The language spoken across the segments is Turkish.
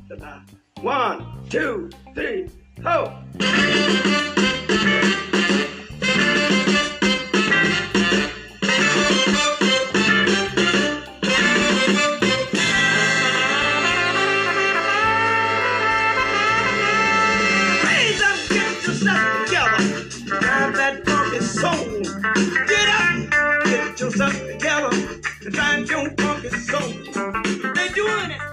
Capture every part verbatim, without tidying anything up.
One, two, three, ho! Raise up, get yourself together. Drive that funky soul. Get up, get yourself together. Drive your funky soul. They're doing it.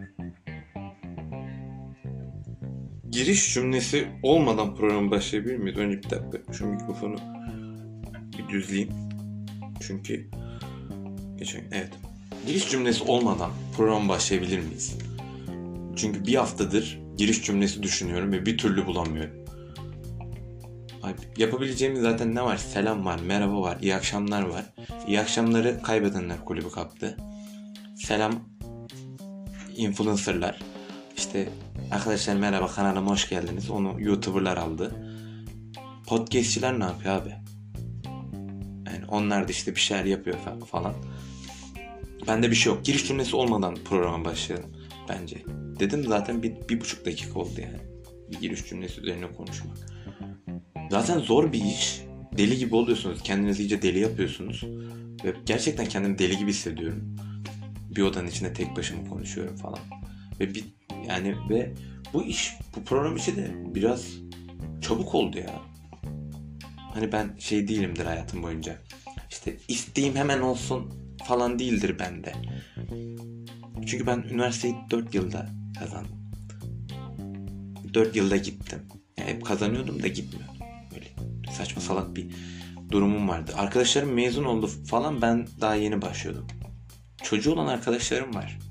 Giriş cümlesi olmadan program başlayabilir miyiz? Önce bir dakika şu mikrofonu bir düzleyeyim. Çünkü geçen evet. Giriş cümlesi olmadan program başlayabilir miyiz? Çünkü bir haftadır giriş cümlesi düşünüyorum ve bir türlü bulamıyorum. Abi, yapabileceğimiz zaten ne var? Selam var, merhaba var, iyi akşamlar var. İyi akşamları Kaybedenler Kulübü kaptı. Selam influencerlar. İşte arkadaşlar merhaba, kanalıma hoş geldiniz. Onu YouTuber'lar aldı. Podcastçiler ne yapıyor abi? Yani onlar da işte bir şeyler yapıyor falan. Bende bir şey yok. Giriş cümlesi olmadan programa başlayalım bence. Dedim zaten bir, bir buçuk dakika oldu yani. Bir giriş cümlesi üzerine konuşmak. Zaten zor bir iş. Deli gibi oluyorsunuz. Kendinizi iyice deli yapıyorsunuz. Ve gerçekten kendimi deli gibi hissediyorum. Bir odanın içinde tek başıma konuşuyorum falan. Ve bir yani ve bu iş, bu program işi de biraz çabuk oldu ya. Hani ben şey değilimdir hayatım boyunca. İşte isteğim hemen olsun falan değildir bende. Çünkü ben üniversiteyi dört yılda kazandım. dört yılda gittim. Yani hep kazanıyordum da gitmiyordum. Böyle saçma salak bir durumum vardı. Arkadaşlarım mezun oldu falan, ben daha yeni başlıyordum. Çocuğu olan arkadaşlarım var.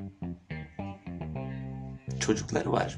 Çocukları var.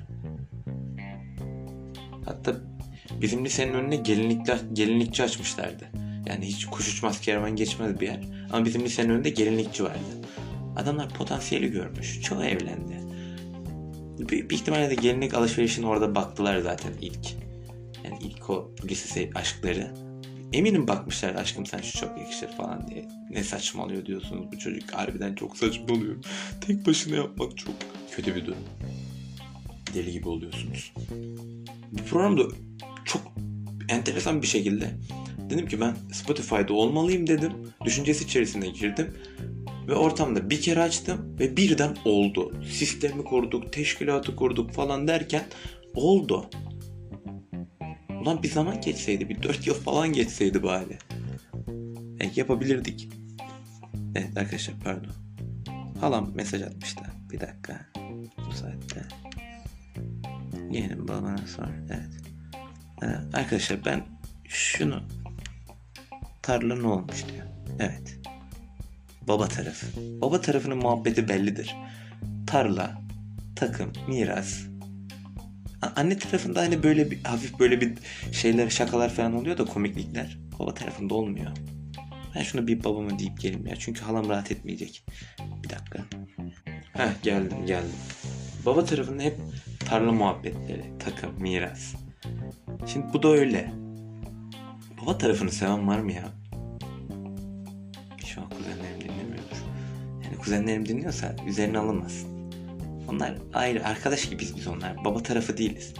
Hatta bizim lisenin önüne gelinlikler, gelinlikçi açmışlardı. Yani hiç kuş uçmaz kervan geçmez bir yer. Ama bizim lisenin önünde gelinlikçi vardı. Adamlar potansiyeli görmüş. Çoğu evlendi. Büyük bir ihtimalle de gelinlik alışverişine orada baktılar zaten ilk. Yani ilk o lise aşkları. Eminim bakmışlar, aşkım sen şu çok yakışır falan diye. Ne saçmalıyor diyorsunuz, bu çocuk harbiden çok saçmalıyor. Tek başına yapmak çok kötü bir durum. Deli gibi oluyorsunuz. Bu programda çok enteresan bir şekilde dedim ki ben Spotify'da olmalıyım dedim. Düşüncesi içerisine girdim. Ve ortamda bir kere açtım ve birden oldu. Sistemi kurduk, teşkilatı kurduk falan derken oldu. Ulan bir zaman geçseydi, bir dört yıl falan geçseydi bari. Yani yapabilirdik. Evet arkadaşlar, pardon. Halam mesaj atmıştı. Bir dakika. Bu saatte. Yeğenim babana sor. Evet. Ee, arkadaşlar ben şunu, tarla ne olmuş diyor. Evet. Baba tarafı. Baba tarafının muhabbeti bellidir. Tarla, takım, miras. Anne tarafında hani böyle bir hafif böyle bir şeyler, şakalar falan oluyor da, komiklikler. Baba tarafında olmuyor. Ben şunu bir babama deyip geleyim ya. Çünkü halam rahat etmeyecek. Bir dakika. Heh geldim geldim. Baba tarafında hep tarla muhabbetleri, takım, miras. Şimdi bu da öyle. Baba tarafını seven var mı ya? Şu an kuzenlerim dinlemiyordur. Yani kuzenlerim dinliyorsa üzerine alınmasın. Onlar ayrı, arkadaş gibiyiz biz onlar. Baba tarafı değiliz.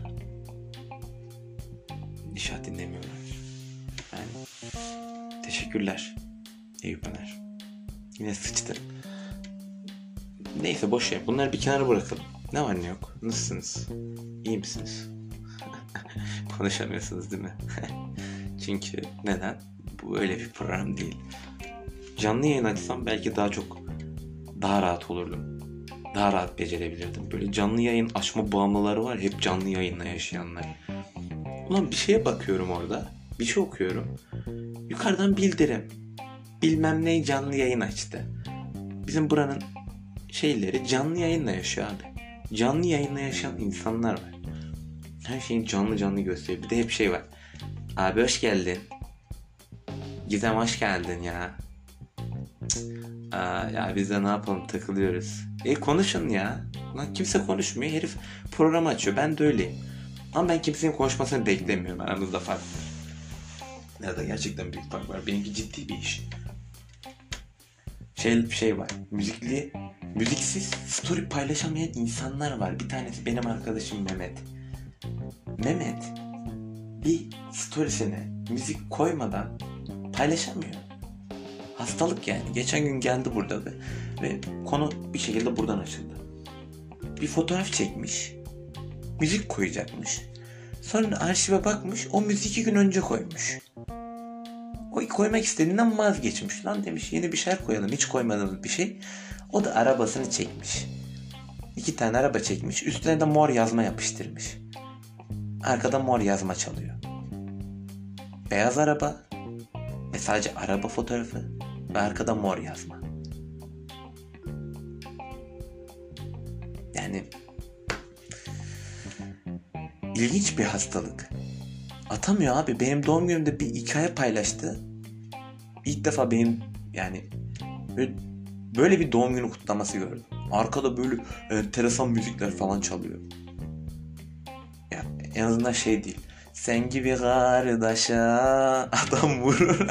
İnşallah dinlemiyorlar. Yani teşekkürler Eyüp Öner. Yine sıçtım. Neyse boş ver. Bunları bir kenara bırakalım. Ne var ne yok. Nasılsınız? İyi misiniz? Konuşamıyorsunuz değil mi? Çünkü neden? Bu öyle bir program değil. Canlı yayın açsam belki daha çok, daha rahat olurdum. Daha rahat becerebilirdim. Böyle canlı yayın açma bağımlıları var. Hep canlı yayınla yaşayanlar. Ulan bir şeye bakıyorum orada. Bir şey okuyorum. Yukarıdan bildirim. Bilmem ne canlı yayın açtı. Bizim buranın şeyleri canlı yayınla yaşıyor abi. Canlı yayınla yaşayan insanlar var. Her şeyin canlı canlı gösteriyor. Bir de hep şey var. Abi hoş geldin. Gizem hoş geldin ya. Aa, ya biz de ne yapalım, takılıyoruz. E konuşun ya. Lan kimse konuşmuyor. Herif program açıyor. Ben de öyleyim. Ama ben kimsenin konuşmasını beklemiyorum. Aramızda fark var. Ya da gerçekten büyük fark var. Benimki ciddi bir iş. şey bir şey var. Müzikli, müziksiz story paylaşamayan insanlar var. Bir tanesi benim arkadaşım Mehmet. Mehmet bir storiesine müzik koymadan paylaşamıyor. Hastalık yani. Geçen gün geldi burada ve, ve konu bir şekilde buradan açıldı. Bir fotoğraf çekmiş. Müzik koyacakmış. Sonra arşive bakmış. O müziği iki gün önce koymuş. O koymak istediğinden vazgeçmiş. Lan demiş yeni bir şeyler koyalım. Hiç koymadığımız bir şey. O da arabasını çekmiş. İki tane araba çekmiş. Üstüne de mor yazma yapıştırmış. Arkada mor yazma çalıyor. Beyaz araba ve sadece araba fotoğrafı ve arkada mor yazma. Yani ilginç bir hastalık. Atamıyor abi. Benim doğum günümde bir hikaye paylaştı. İlk defa benim yani böyle, böyle bir doğum günü kutlaması gördüm. Arkada böyle enteresan müzikler falan çalıyor. Ya en azından şey değil. Sen gibi kardeşe adam vurur.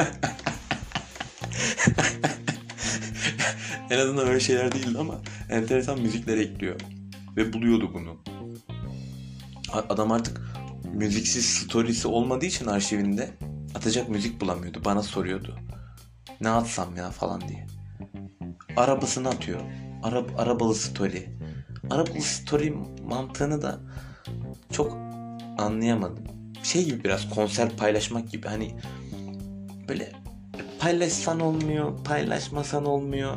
En azından öyle şeyler değildi ama enteresan müzikler ekliyor. Ve buluyordu bunu. Adam artık müziksiz storiesi olmadığı için arşivinde atacak müzik bulamıyordu. Bana soruyordu. Ne atsam ya falan diye. Arabasını atıyor. Arab arabalı story. Arabalı story mantığını da çok anlayamadım. Şey gibi biraz konser paylaşmak gibi. Hani böyle paylaşsan olmuyor, paylaşmasan olmuyor.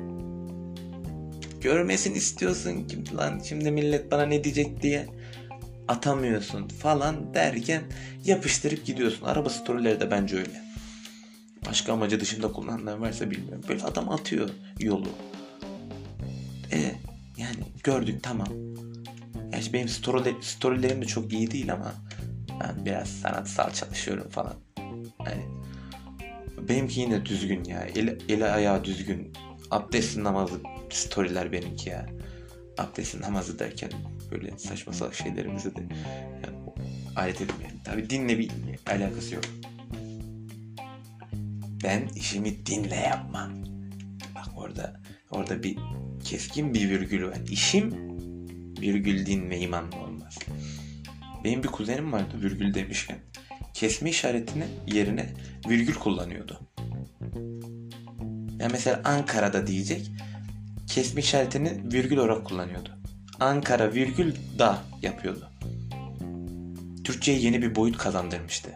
Görmesini istiyorsun ki lan şimdi millet bana ne diyecek diye atamıyorsun falan derken yapıştırıp gidiyorsun. Araba storyleri de bence öyle. Başka amacı dışında kullananlar varsa bilmiyorum. Böyle adam atıyor yolu. E yani gördük tamam. Gerçi benim story, storylerim de çok iyi değil ama ben biraz sanatsal çalışıyorum falan. Yani benimki yine düzgün ya. Eli, eli ayağı düzgün. Abdest namazı storyler benimki ya. Abdest namazı derken böyle saçma salak şeylerimizi de yani, alet etmeyelim. Tabii dinle bir alakası yok. Ben işimi dinle yapmam. Bak orada orada bir keskin bir virgül var. İşim virgül dinle imanla olmaz. Benim bir kuzenim vardı virgül demişken. Kesme işaretini yerine virgül kullanıyordu. Yani mesela Ankara'da diyecek. Kesme işaretini virgül olarak kullanıyordu. Ankara virgül da yapıyordu. Türkçe'ye yeni bir boyut kazandırmıştı.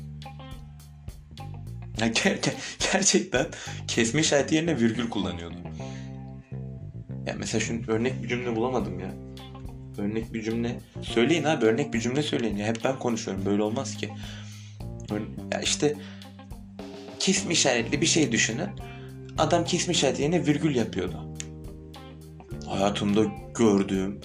Yani ger- ger- gerçekten kesme işareti yerine virgül kullanıyordu. Ya mesela şunu örnek bir cümle bulamadım ya. Örnek bir cümle söyleyin abi, örnek bir cümle söyleyin ya. Hep ben konuşuyorum, böyle olmaz ki. Ya işte kesme işaretli bir şey düşünün. Adam kesme işareti yerine virgül yapıyordu. Hayatımda gördüğüm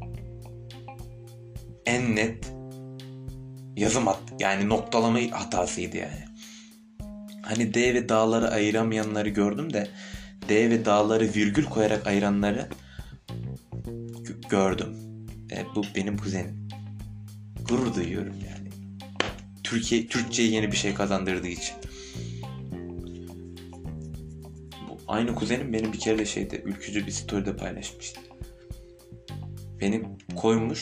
en net yazım hat yani noktalama hatasıydı yani. Hani D ve dağları ayıramayanları gördüm de D ve dağları virgül koyarak ayıranları g- gördüm. E, bu benim kuzenim. Gurur duyuyorum yani. Türkiye Türkçe'ye yeni bir şey kazandırdığı için. Bu aynı kuzenim benim bir kere de şeyde ülkücü bir story'de paylaşmıştı. Benim koymuş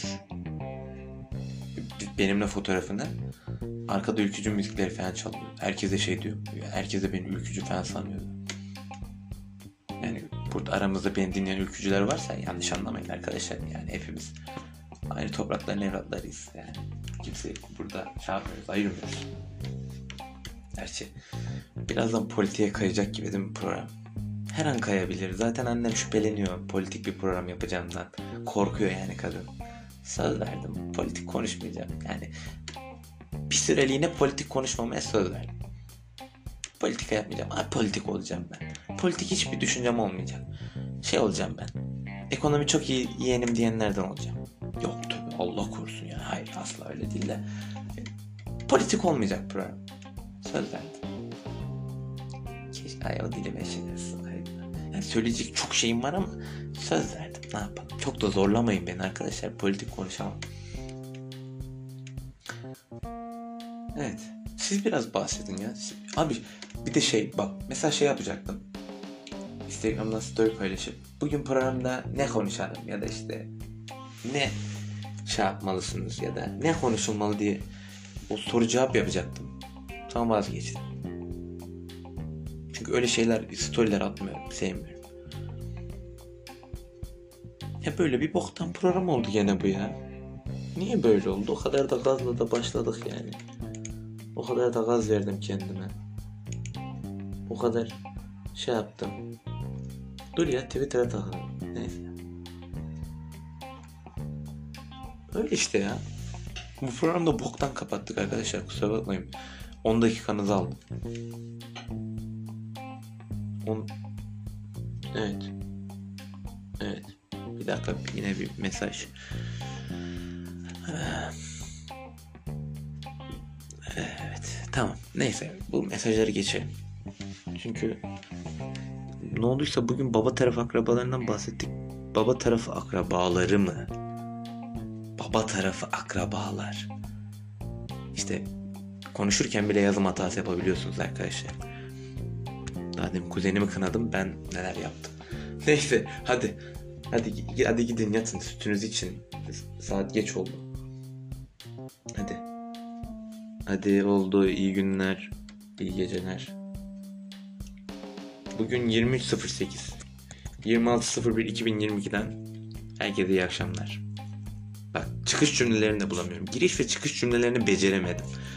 benimle fotoğrafını, arkada ülkücü müzikleri falan çalıyor. Herkese şey diyor. Herkes de beni ülkücü falan sanıyordu. Yani burada aramızda beni dinleyen ülkücüler varsa yanlış anlamayın arkadaşlar. Yani hepimiz aynı toprakların evlatlarıyız. Yani kimse burada şey yapmıyoruz, ayırmıyoruz. Gerçi birazdan politiğe kayacak gibi değil mi program? Her an kayabilir. Zaten annem şüpheleniyor politik bir program yapacağımdan. Korkuyor yani kadın. Söz verdim. Politik konuşmayacağım. Yani bir süreliğine politik konuşmamaya söz verdim. Politika yapmayacağım. Abi politik olacağım ben. Politik hiçbir düşüncem olmayacak. Şey olacağım ben. Ekonomi çok iyi yeğenim diyenlerden olacağım. Yok tabii Allah korusun ya. Hayır asla öyle değil de. Politik olmayacak program. Söz verdim. Keşke ay o dili beşinirsin. Yani söyleyecek çok şeyim var ama söz verdim. Ne yapalım? Çok da zorlamayın beni arkadaşlar. Politik konuşamam. Evet. Siz biraz bahsedin ya. Abi bir de şey bak. Mesela şey yapacaktım. Instagram'dan story paylaşıp bugün programda ne konuşalım ya da işte ne şey yapmalısınız ya da ne konuşulmalı diye o soru cevap yapacaktım. Sonra vazgeçtim. Çünkü öyle şeyler, storyler atmıyorum, sevmiyorum. Ya böyle bir boktan program oldu gene bu ya. Niye böyle oldu? O kadar da gazla da başladık yani. O kadar da gaz verdim kendime. O kadar şey yaptım. Dur ya, Twitter'a takıldım. Neyse. Öyle işte ya. Bu programda boktan kapattık arkadaşlar. Kusura bakmayın. on dakikanızı aldım. on Evet. Evet. Bir dakika, yine bir mesaj. Evet. Tamam. Neyse. Bu mesajları geçelim. Çünkü ne olduysa bugün baba tarafı akrabalarından bahsettik. Baba tarafı akrabaları mı? Baba tarafı akrabalar. İşte konuşurken bile yazım hatası yapabiliyorsunuz arkadaşlar. Daha demin kuzenimi kınadım, ben neler yaptım. Neyse hadi. Hadi hadi gidin yatın, sütünüz için. Saat geç oldu. Hadi. Hadi oldu, iyi günler. İyi geceler. Bugün yirmi üç sıfır sekiz. yirmi altı sıfır bir iki bin yirmi ikiden herkese iyi akşamlar. Bak, çıkış cümlelerini de bulamıyorum. Giriş ve çıkış cümlelerini beceremedim.